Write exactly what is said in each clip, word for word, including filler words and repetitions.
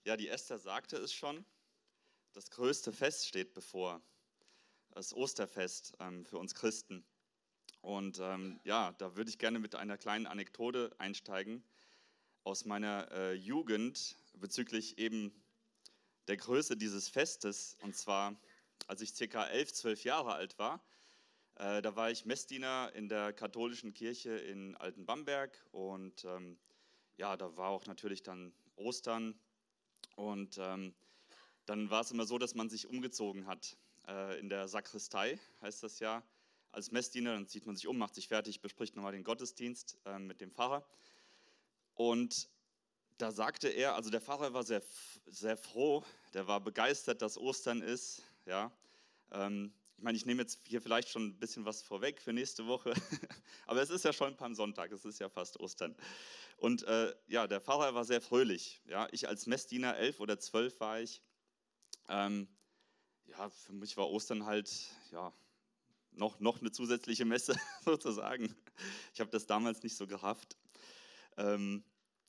Ja, die Esther sagte es schon, das größte Fest steht bevor, das Osterfest ähm, für uns Christen. Und ähm, ja, da würde ich gerne mit einer kleinen Anekdote einsteigen aus meiner äh, Jugend bezüglich eben der Größe dieses Festes. Und zwar, als ich circa elf, zwölf Jahre alt war, äh, da war ich Messdiener in der katholischen Kirche in Altenbamberg. Und ähm, ja, da war auch natürlich dann Ostern. Und ähm, dann war es immer so, dass man sich umgezogen hat. Äh, in der Sakristei heißt das ja, als Messdiener, dann zieht man sich um, macht sich fertig, bespricht nochmal den Gottesdienst äh, mit dem Pfarrer. Und da sagte er, also der Pfarrer war sehr, sehr froh, der war begeistert, dass Ostern ist. Ja. Ähm, ich meine, ich nehme jetzt hier vielleicht schon ein bisschen was vorweg für nächste Woche, aber es ist ja schon Palmsonntag, es ist ja fast Ostern. Und äh, ja, der Pfarrer war sehr fröhlich. Ja. Ich als Messdiener, elf oder zwölf war ich, ähm, ja, für mich war Ostern halt, ja, noch, noch eine zusätzliche Messe sozusagen. Ich habe das damals nicht so gerafft. Ähm,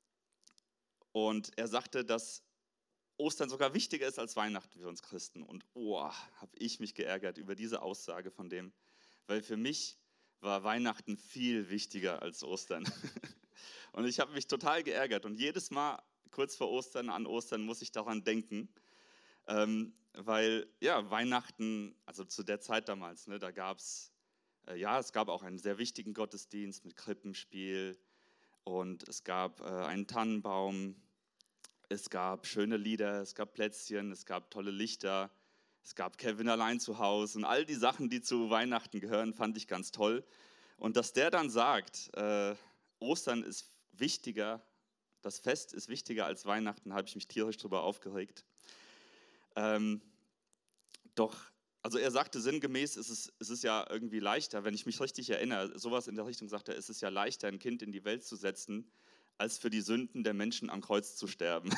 und er sagte, dass Ostern sogar wichtiger ist als Weihnachten für uns Christen. Und oh, habe ich mich geärgert über diese Aussage von dem, weil für mich war Weihnachten viel wichtiger als Ostern. Und ich habe mich total geärgert. Und jedes Mal kurz vor Ostern, an Ostern, muss ich daran denken, ähm, weil ja, Weihnachten, also zu der Zeit damals, ne, da gab es, äh, ja, es gab auch einen sehr wichtigen Gottesdienst mit Krippenspiel und es gab äh, einen Tannenbaum. Es gab schöne Lieder, es gab Plätzchen, es gab tolle Lichter, es gab Kevin allein zu Hause und all die Sachen, die zu Weihnachten gehören, fand ich ganz toll. Und dass der dann sagt, äh, Ostern ist wichtiger, das Fest ist wichtiger als Weihnachten, habe ich mich tierisch drüber aufgeregt. Ähm, doch, also er sagte sinngemäß, es ist, es ist ja irgendwie leichter, wenn ich mich richtig erinnere, sowas in der Richtung sagt er, es ist ja leichter, ein Kind in die Welt zu setzen, als für die Sünden der Menschen am Kreuz zu sterben.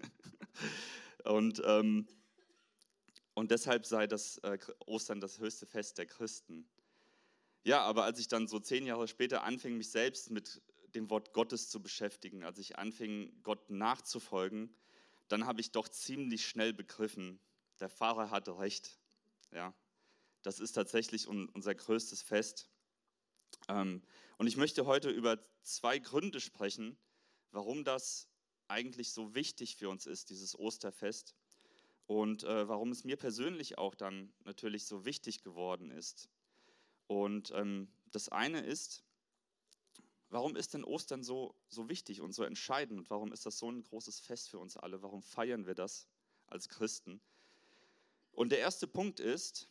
und, ähm, und deshalb sei das äh, Ostern das höchste Fest der Christen. Ja, aber als ich dann so zehn Jahre später anfing, mich selbst mit dem Wort Gottes zu beschäftigen, als ich anfing, Gott nachzufolgen, dann habe ich doch ziemlich schnell begriffen, der Pfarrer hatte recht. Ja, das ist tatsächlich un, unser größtes Fest. Ähm, und ich möchte heute über zwei Gründe sprechen, warum das eigentlich so wichtig für uns ist, dieses Osterfest. Und äh, warum es mir persönlich auch dann natürlich so wichtig geworden ist. Und ähm, das eine ist, warum ist denn Ostern so, so wichtig und so entscheidend? Und warum ist das so ein großes Fest für uns alle? Warum feiern wir das als Christen? Und der erste Punkt ist,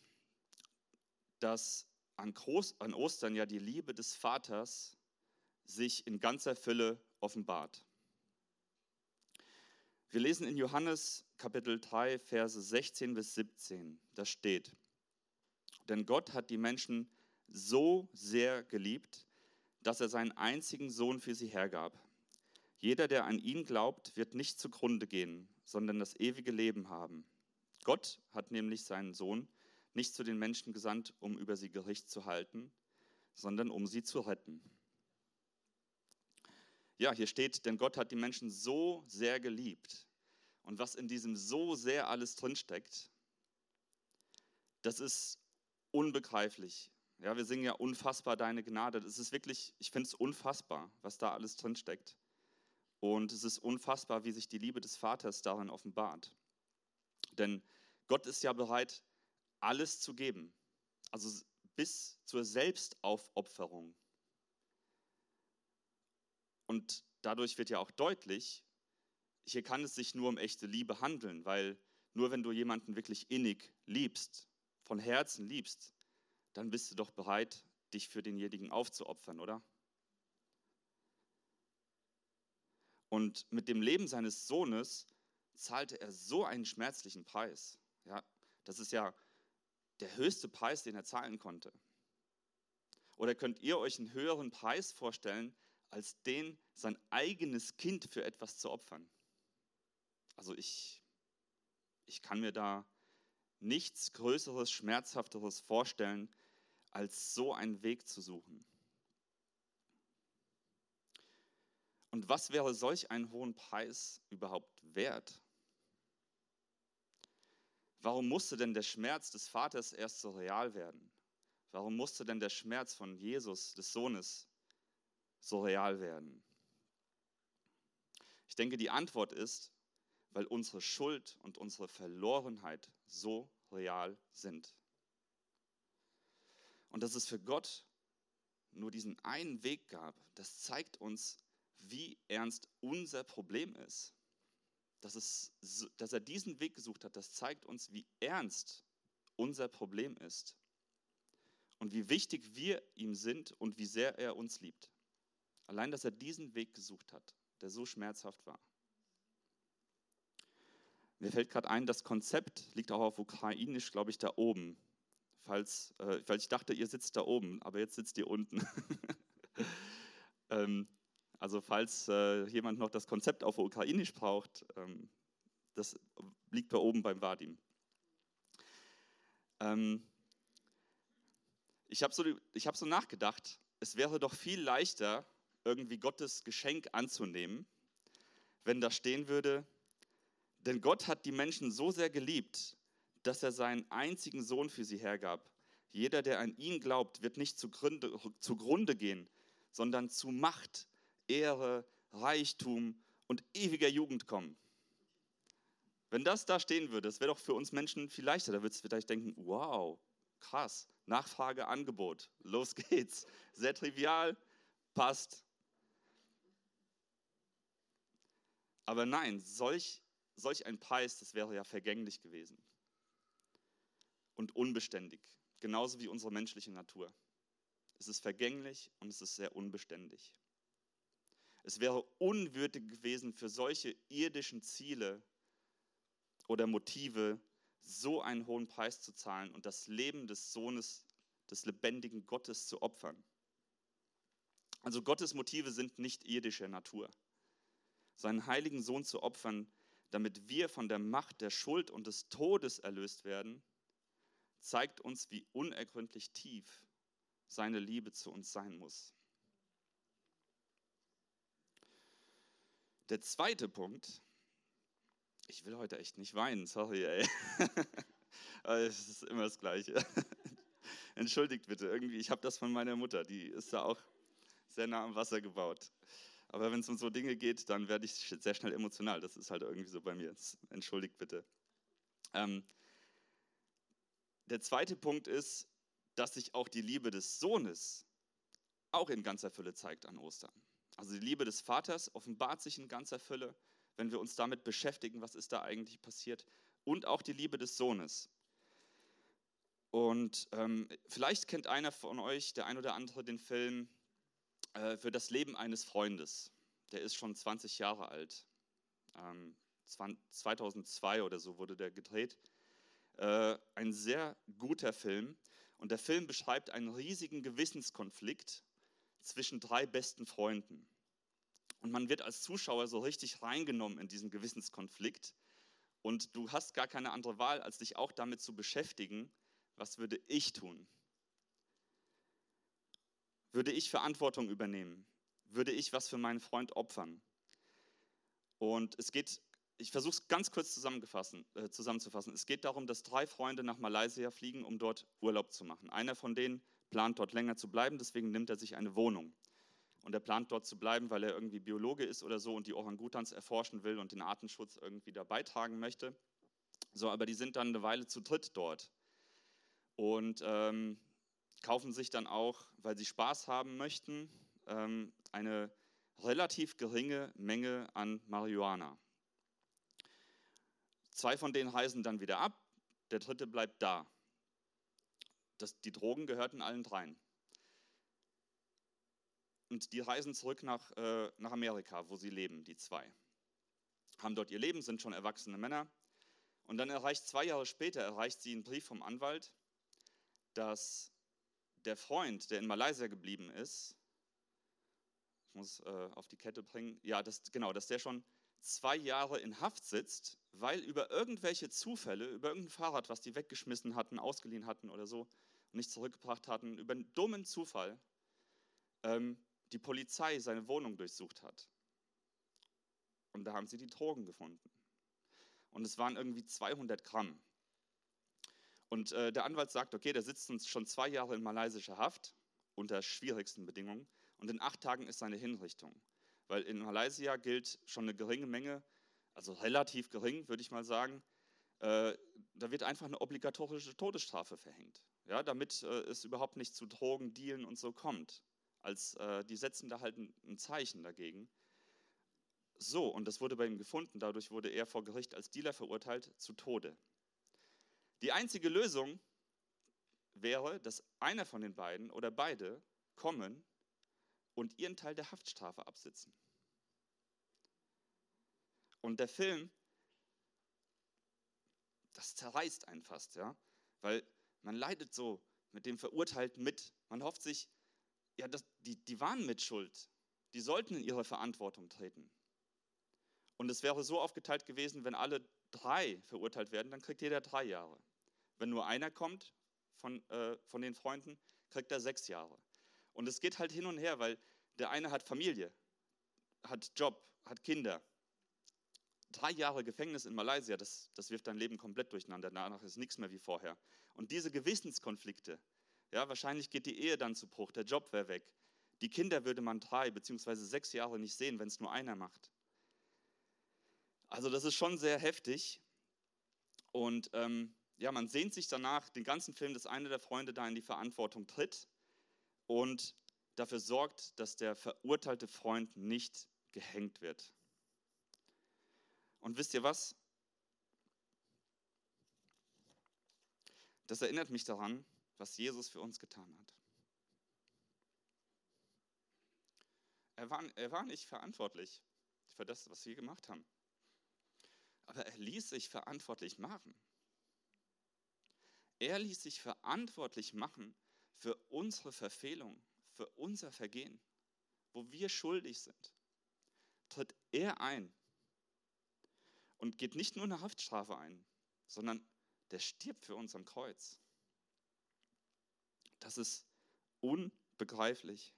dass an, Groß, an Ostern ja die Liebe des Vaters sich in ganzer Fülle offenbart. Wir lesen in Johannes Kapitel drei, Verse sechzehn bis siebzehn, da steht, denn Gott hat die Menschen so sehr geliebt, dass er seinen einzigen Sohn für sie hergab. Jeder, der an ihn glaubt, wird nicht zugrunde gehen, sondern das ewige Leben haben. Gott hat nämlich seinen Sohn nicht zu den Menschen gesandt, um über sie Gericht zu halten, sondern um sie zu retten. Ja, hier steht, denn Gott hat die Menschen so sehr geliebt. Und was in diesem so sehr alles drinsteckt, das ist unbegreiflich. Ja, wir singen ja unfassbar deine Gnade. Das ist wirklich, ich finde es unfassbar, was da alles drinsteckt. Und es ist unfassbar, wie sich die Liebe des Vaters darin offenbart. Denn Gott ist ja bereit, alles zu geben. Also bis zur Selbstaufopferung. Und dadurch wird ja auch deutlich, hier kann es sich nur um echte Liebe handeln, weil nur wenn du jemanden wirklich innig liebst, von Herzen liebst, dann bist du doch bereit, dich für denjenigen aufzuopfern, oder? Und mit dem Leben seines Sohnes zahlte er so einen schmerzlichen Preis. Ja, das ist ja der höchste Preis, den er zahlen konnte. Oder könnt ihr euch einen höheren Preis vorstellen, als den, sein eigenes Kind für etwas zu opfern? Also ich, ich kann mir da nichts Größeres, Schmerzhafteres vorstellen, als so einen Weg zu suchen. Und was wäre solch einen hohen Preis überhaupt wert? Warum musste denn der Schmerz des Vaters erst so real werden? Warum musste denn der Schmerz von Jesus, des Sohnes, so real werden? Ich denke, die Antwort ist, weil unsere Schuld und unsere Verlorenheit so real sind. Und dass es für Gott nur diesen einen Weg gab, das zeigt uns, wie ernst unser Problem ist. Dass, es, dass er diesen Weg gesucht hat, das zeigt uns, wie ernst unser Problem ist. Und wie wichtig wir ihm sind und wie sehr er uns liebt. Allein, dass er diesen Weg gesucht hat, der so schmerzhaft war. Mir fällt gerade ein, das Konzept liegt auch auf Ukrainisch, glaube ich, da oben. Falls, äh, weil ich dachte, ihr sitzt da oben, aber jetzt sitzt ihr unten. ähm, also falls äh, jemand noch das Konzept auf Ukrainisch braucht, ähm, das liegt da oben beim Vadim. Ähm, ich habe so, ich hab so nachgedacht, es wäre doch viel leichter, irgendwie Gottes Geschenk anzunehmen, wenn da stehen würde, denn Gott hat die Menschen so sehr geliebt, dass er seinen einzigen Sohn für sie hergab. Jeder, der an ihn glaubt, wird nicht zugrunde, zugrunde gehen, sondern zu Macht, Ehre, Reichtum und ewiger Jugend kommen. Wenn das da stehen würde, das wäre doch für uns Menschen viel leichter. Da würdest du vielleicht denken, wow, krass, Nachfrage, Angebot, los geht's. Sehr trivial, passt. Aber nein, solch, solch ein Preis, das wäre ja vergänglich gewesen. Und unbeständig, genauso wie unsere menschliche Natur. Es ist vergänglich und es ist sehr unbeständig. Es wäre unwürdig gewesen, für solche irdischen Ziele oder Motive so einen hohen Preis zu zahlen und das Leben des Sohnes, des lebendigen Gottes zu opfern. Also Gottes Motive sind nicht irdischer Natur. Seinen heiligen Sohn zu opfern, damit wir von der Macht der Schuld und des Todes erlöst werden, zeigt uns, wie unergründlich tief seine Liebe zu uns sein muss. Der zweite Punkt, ich will heute echt nicht weinen, sorry, ey. Es ist immer das Gleiche. Entschuldigt bitte, irgendwie, ich habe das von meiner Mutter, die ist da auch sehr nah am Wasser gebaut. Aber wenn es um so Dinge geht, dann werde ich sehr schnell emotional. Das ist halt irgendwie so bei mir. Entschuldigt bitte. Ähm, der zweite Punkt ist, dass sich auch die Liebe des Sohnes auch in ganzer Fülle zeigt an Ostern. Also die Liebe des Vaters offenbart sich in ganzer Fülle, wenn wir uns damit beschäftigen, was ist da eigentlich passiert. Und auch die Liebe des Sohnes. Und ähm, vielleicht kennt einer von euch, der ein oder andere, den Film äh, Für das Leben eines Freundes. Der ist schon zwanzig Jahre alt. Ähm, zweitausendzwei oder so wurde der gedreht. Äh, ein sehr guter Film. Und der Film beschreibt einen riesigen Gewissenskonflikt zwischen drei besten Freunden. Und man wird als Zuschauer so richtig reingenommen in diesen Gewissenskonflikt. Und du hast gar keine andere Wahl, als dich auch damit zu beschäftigen, was würde ich tun? Würde ich Verantwortung übernehmen? Würde ich was für meinen Freund opfern? Und es geht, ich versuche es ganz kurz äh, zusammenzufassen. Es geht darum, dass drei Freunde nach Malaysia fliegen, um dort Urlaub zu machen. Einer von denen plant dort länger zu bleiben, deswegen nimmt er sich eine Wohnung. Und er plant dort zu bleiben, weil er irgendwie Biologe ist oder so und die Orangutans erforschen will und den Artenschutz irgendwie da beitragen möchte. So, aber die sind dann eine Weile zu dritt dort und ähm, kaufen sich dann auch, weil sie Spaß haben möchten, ähm, eine relativ geringe Menge an Marihuana. Zwei von denen reisen dann wieder ab, der dritte bleibt da. Das, die Drogen gehörten allen dreien. Und die reisen zurück nach, äh, nach Amerika, wo sie leben, die zwei. Haben dort ihr Leben, sind schon erwachsene Männer. Und dann erreicht zwei Jahre später, erreicht sie einen Brief vom Anwalt, dass der Freund, der in Malaysia geblieben ist, ich muss äh, auf die Kette bringen, ja, das, genau, dass der schon zwei Jahre in Haft sitzt, weil über irgendwelche Zufälle, über irgendein Fahrrad, was die weggeschmissen hatten, ausgeliehen hatten oder so, und nicht zurückgebracht hatten, über einen dummen Zufall, ähm, die Polizei seine Wohnung durchsucht hat. Und da haben sie die Drogen gefunden. Und es waren irgendwie zweihundert Gramm. Und äh, der Anwalt sagt, okay, der sitzt uns schon zwei Jahre in malaysischer Haft unter schwierigsten Bedingungen und in acht Tagen ist seine Hinrichtung. Weil in Malaysia gilt schon eine geringe Menge, also relativ gering, würde ich mal sagen, äh, da wird einfach eine obligatorische Todesstrafe verhängt, ja, damit äh, es überhaupt nicht zu Drogen, Dealen und so kommt. Als, äh, die setzen da halt ein, ein Zeichen dagegen. So, und das wurde bei ihm gefunden, dadurch wurde er vor Gericht als Dealer verurteilt zu Tode. Die einzige Lösung wäre, dass einer von den beiden oder beide kommen und ihren Teil der Haftstrafe absitzen. Und der Film, das zerreißt einen fast, ja, weil man leidet so mit dem Verurteilten mit. Man hofft sich, ja, das, die, die waren mit Schuld, die sollten in ihre Verantwortung treten. Und es wäre so aufgeteilt gewesen, wenn alle drei verurteilt werden, dann kriegt jeder drei Jahre. Wenn nur einer kommt von, äh, von den Freunden, kriegt er sechs Jahre. Und es geht halt hin und her, weil der eine hat Familie, hat Job, hat Kinder. Drei Jahre Gefängnis in Malaysia, das, das wirft dein Leben komplett durcheinander. Danach ist nichts mehr wie vorher. Und diese Gewissenskonflikte, ja, wahrscheinlich geht die Ehe dann zu Bruch, der Job wäre weg. Die Kinder würde man drei beziehungsweise sechs Jahre nicht sehen, wenn es nur einer macht. Also das ist schon sehr heftig. Und ähm, ja, man sehnt sich danach, den ganzen Film, dass einer der Freunde da in die Verantwortung tritt und dafür sorgt, dass der verurteilte Freund nicht gehängt wird. Und wisst ihr was? Das erinnert mich daran, was Jesus für uns getan hat. Er war, er war nicht verantwortlich für das, was wir gemacht haben. Aber er ließ sich verantwortlich machen. Er ließ sich verantwortlich machen für unsere Verfehlung, für unser Vergehen, wo wir schuldig sind. Tritt er ein und geht nicht nur eine Haftstrafe ein, sondern der stirbt für uns am Kreuz. Das ist unbegreiflich.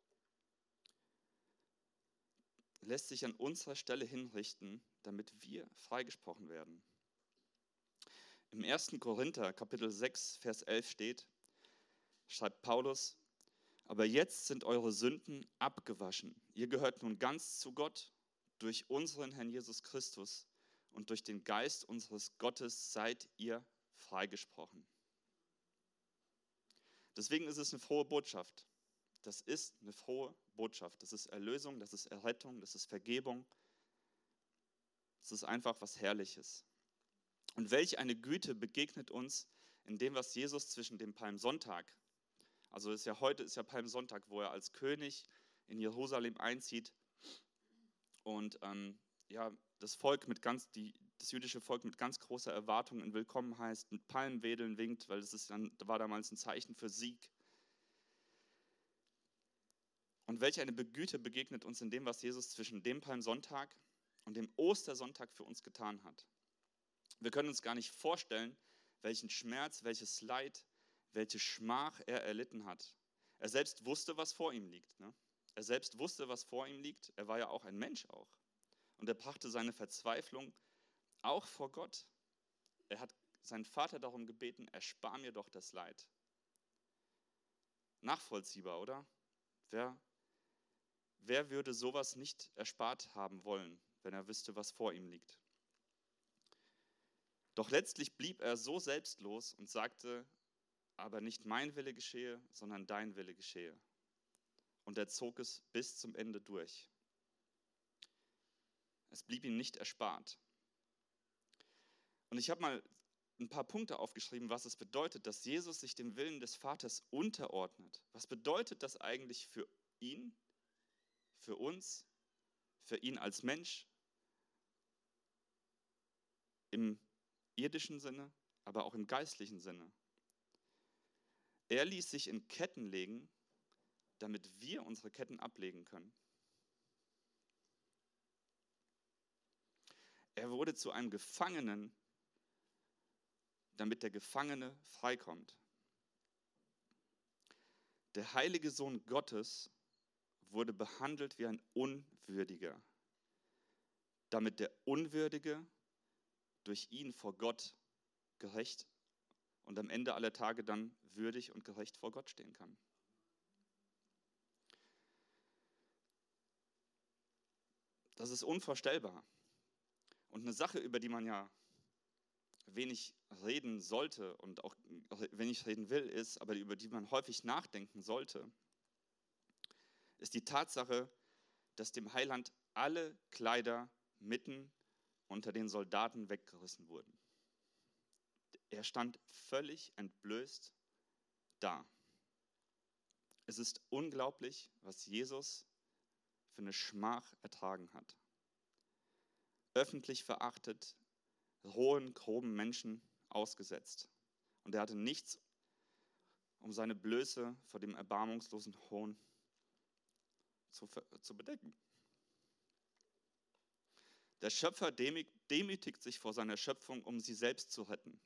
Lässt sich an unserer Stelle hinrichten, damit wir freigesprochen werden. Im ersten Korinther, Kapitel sechs, Vers elf steht, schreibt Paulus, aber jetzt sind eure Sünden abgewaschen. Ihr gehört nun ganz zu Gott durch unseren Herrn Jesus Christus und durch den Geist unseres Gottes seid ihr freigesprochen. Deswegen ist es eine frohe Botschaft. Das ist eine frohe Botschaft. Das ist Erlösung, das ist Errettung, das ist Vergebung. Das ist einfach was Herrliches. Und welch eine Güte begegnet uns in dem, was Jesus zwischen dem Palmsonntag, also ist ja heute ist ja Palmsonntag, wo er als König in Jerusalem einzieht und ähm, ja, das Volk mit ganz, die, das jüdische Volk mit ganz großer Erwartung in Willkommen heißt, mit Palmwedeln winkt, weil das ist dann, war damals ein Zeichen für Sieg. Und welche eine Güte begegnet uns in dem, was Jesus zwischen dem Palmsonntag und dem Ostersonntag für uns getan hat. Wir können uns gar nicht vorstellen, welchen Schmerz, welches Leid, welche Schmach er erlitten hat. Er selbst wusste, was vor ihm liegt. Ne? Er selbst wusste, was vor ihm liegt. Er war ja auch ein Mensch auch. Und er brachte seine Verzweiflung auch vor Gott. Er hat seinen Vater darum gebeten, erspar mir doch das Leid. Nachvollziehbar, oder? Wer, wer würde sowas nicht erspart haben wollen, wenn er wüsste, was vor ihm liegt? Doch letztlich blieb er so selbstlos und sagte, aber nicht mein Wille geschehe, sondern dein Wille geschehe. Und er zog es bis zum Ende durch. Es blieb ihm nicht erspart. Und ich habe mal ein paar Punkte aufgeschrieben, was es bedeutet, dass Jesus sich dem Willen des Vaters unterordnet. Was bedeutet das eigentlich für ihn, für uns, für ihn als Mensch, im irdischen Sinne, aber auch im geistlichen Sinne? Er ließ sich in Ketten legen, damit wir unsere Ketten ablegen können. Er wurde zu einem Gefangenen, damit der Gefangene freikommt. Der heilige Sohn Gottes wurde behandelt wie ein Unwürdiger, damit der Unwürdige durch ihn vor Gott gerecht und am Ende aller Tage dann würdig und gerecht vor Gott stehen kann. Das ist unvorstellbar. Und eine Sache, über die man ja wenig reden sollte und auch wenig reden will, ist, aber über die man häufig nachdenken sollte, ist die Tatsache, dass dem Heiland alle Kleider mitten unter den Soldaten weggerissen wurden. Er stand völlig entblößt da. Es ist unglaublich, was Jesus für eine Schmach ertragen hat. Öffentlich verachtet, rohen, groben Menschen ausgesetzt. Und er hatte nichts, um seine Blöße vor dem erbarmungslosen Hohn zu, zu bedecken. Der Schöpfer demütigt sich vor seiner Schöpfung, um sie selbst zu retten.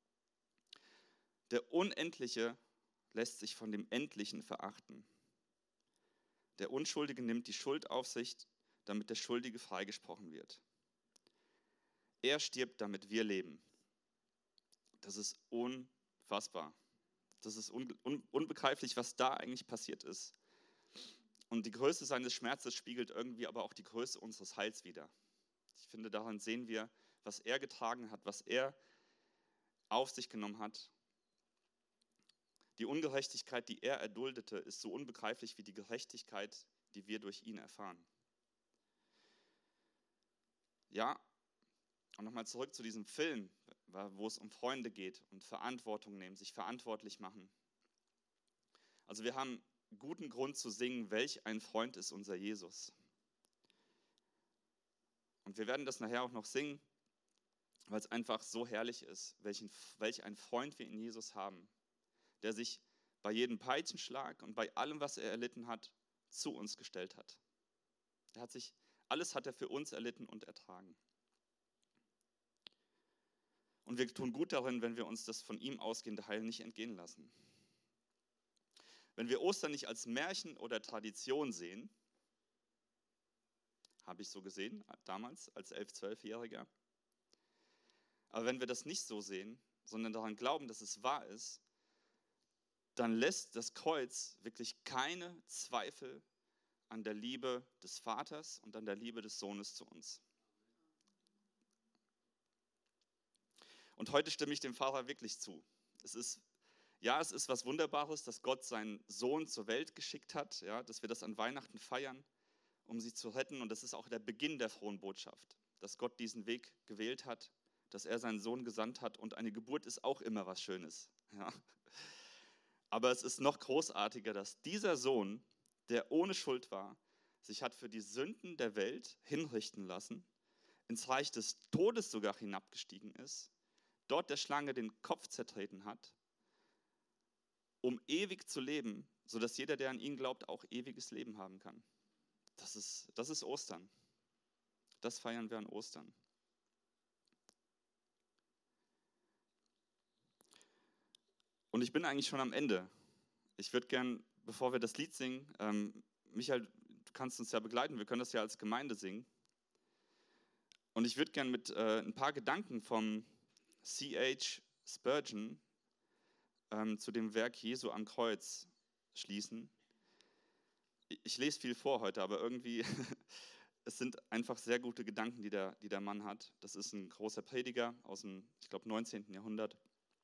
Der Unendliche lässt sich von dem Endlichen verachten. Der Unschuldige nimmt die Schuld auf sich, damit der Schuldige freigesprochen wird. Er stirbt, damit wir leben. Das ist unfassbar. Das ist un- un- unbegreiflich, was da eigentlich passiert ist. Und die Größe seines Schmerzes spiegelt irgendwie aber auch die Größe unseres Heils wider. Ich finde, daran sehen wir, was er getragen hat, was er auf sich genommen hat. Die Ungerechtigkeit, die er erduldete, ist so unbegreiflich wie die Gerechtigkeit, die wir durch ihn erfahren. Ja, und nochmal zurück zu diesem Film, wo es um Freunde geht und Verantwortung nehmen, sich verantwortlich machen. Also wir haben guten Grund zu singen, welch ein Freund ist unser Jesus. Und wir werden das nachher auch noch singen, weil es einfach so herrlich ist, welchen, welch ein Freund wir in Jesus haben, der sich bei jedem Peitschenschlag und bei allem, was er erlitten hat, zu uns gestellt hat. Er hat sich, alles hat er für uns erlitten und ertragen. Und wir tun gut darin, wenn wir uns das von ihm ausgehende Heil nicht entgehen lassen. Wenn wir Ostern nicht als Märchen oder Tradition sehen, habe ich so gesehen, damals als elf-, zwölfjähriger. Aber wenn wir das nicht so sehen, sondern daran glauben, dass es wahr ist, dann lässt das Kreuz wirklich keine Zweifel an der Liebe des Vaters und an der Liebe des Sohnes zu uns. Und heute stimme ich dem Pfarrer wirklich zu. Es ist, ja, es ist was Wunderbares, dass Gott seinen Sohn zur Welt geschickt hat, ja, dass wir das an Weihnachten feiern, um sie zu retten. Und das ist auch der Beginn der frohen Botschaft, dass Gott diesen Weg gewählt hat, dass er seinen Sohn gesandt hat. Und eine Geburt ist auch immer was Schönes. Ja. Aber es ist noch großartiger, dass dieser Sohn, der ohne Schuld war, sich hat für die Sünden der Welt hinrichten lassen, ins Reich des Todes sogar hinabgestiegen ist, dort der Schlange den Kopf zertreten hat, um ewig zu leben, sodass jeder, der an ihn glaubt, auch ewiges Leben haben kann. Das ist, das ist Ostern. Das feiern wir an Ostern. Und ich bin eigentlich schon am Ende. Ich würde gern, bevor wir das Lied singen, ähm, Michael, du kannst uns ja begleiten, wir können das ja als Gemeinde singen. Und ich würde gern mit äh, ein paar Gedanken vom C H Spurgeon ähm, zu dem Werk Jesu am Kreuz schließen. Ich lese viel vor heute, aber irgendwie, es sind einfach sehr gute Gedanken, die der, die der Mann hat. Das ist ein großer Prediger aus dem, ich glaube, neunzehnten Jahrhundert.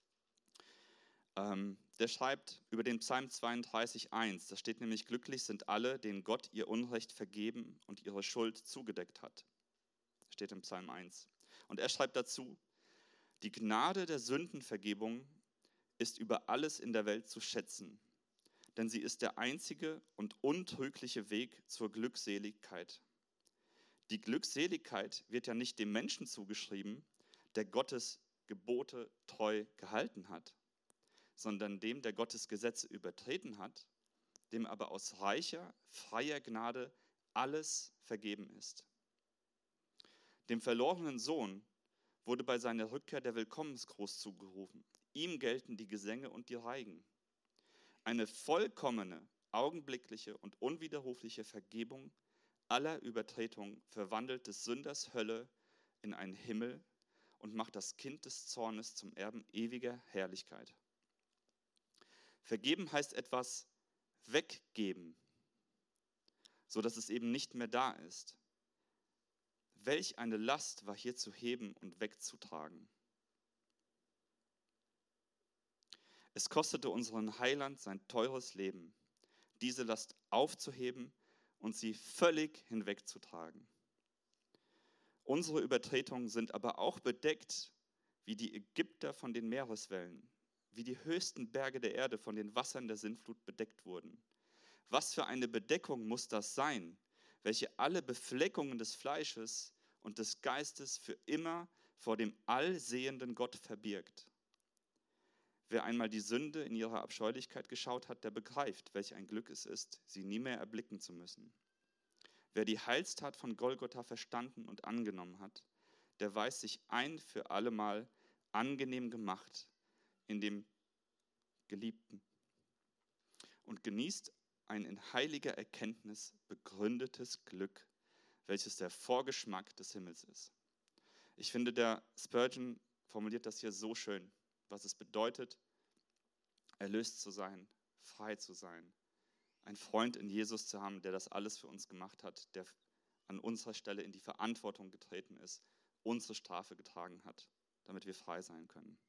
Ähm, der schreibt über den Psalm zweiunddreißig eins, da steht nämlich, glücklich sind alle, denen Gott ihr Unrecht vergeben und ihre Schuld zugedeckt hat. Steht im Psalm eins. Und er schreibt dazu, die Gnade der Sündenvergebung ist über alles in der Welt zu schätzen, denn sie ist der einzige und untrügliche Weg zur Glückseligkeit. Die Glückseligkeit wird ja nicht dem Menschen zugeschrieben, der Gottes Gebote treu gehalten hat, sondern dem, der Gottes Gesetze übertreten hat, dem aber aus reicher, freier Gnade alles vergeben ist. Dem verlorenen Sohn wurde bei seiner Rückkehr der Willkommensgruß zugerufen. Ihm gelten die Gesänge und die Reigen. Eine vollkommene, augenblickliche und unwiderrufliche Vergebung aller Übertretungen verwandelt des Sünders Hölle in einen Himmel und macht das Kind des Zornes zum Erben ewiger Herrlichkeit. Vergeben heißt etwas weggeben, sodass es eben nicht mehr da ist. Welch eine Last war hier zu heben und wegzutragen. Es kostete unseren Heiland sein teures Leben, diese Last aufzuheben und sie völlig hinwegzutragen. Unsere Übertretungen sind aber auch bedeckt, wie die Ägypter von den Meereswellen, wie die höchsten Berge der Erde von den Wassern der Sintflut bedeckt wurden. Was für eine Bedeckung muss das sein, welche alle Befleckungen des Fleisches und des Geistes für immer vor dem allsehenden Gott verbirgt. Wer einmal die Sünde in ihrer Abscheulichkeit geschaut hat, der begreift, welch ein Glück es ist, sie nie mehr erblicken zu müssen. Wer die Heilstat von Golgotha verstanden und angenommen hat, der weiß sich ein für allemal angenehm gemacht in dem Geliebten und genießt ein in heiliger Erkenntnis begründetes Glück, welches der Vorgeschmack des Himmels ist. Ich finde, der Spurgeon formuliert das hier so schön, was es bedeutet, erlöst zu sein, frei zu sein, einen Freund in Jesus zu haben, der das alles für uns gemacht hat, der an unserer Stelle in die Verantwortung getreten ist, unsere Strafe getragen hat, damit wir frei sein können.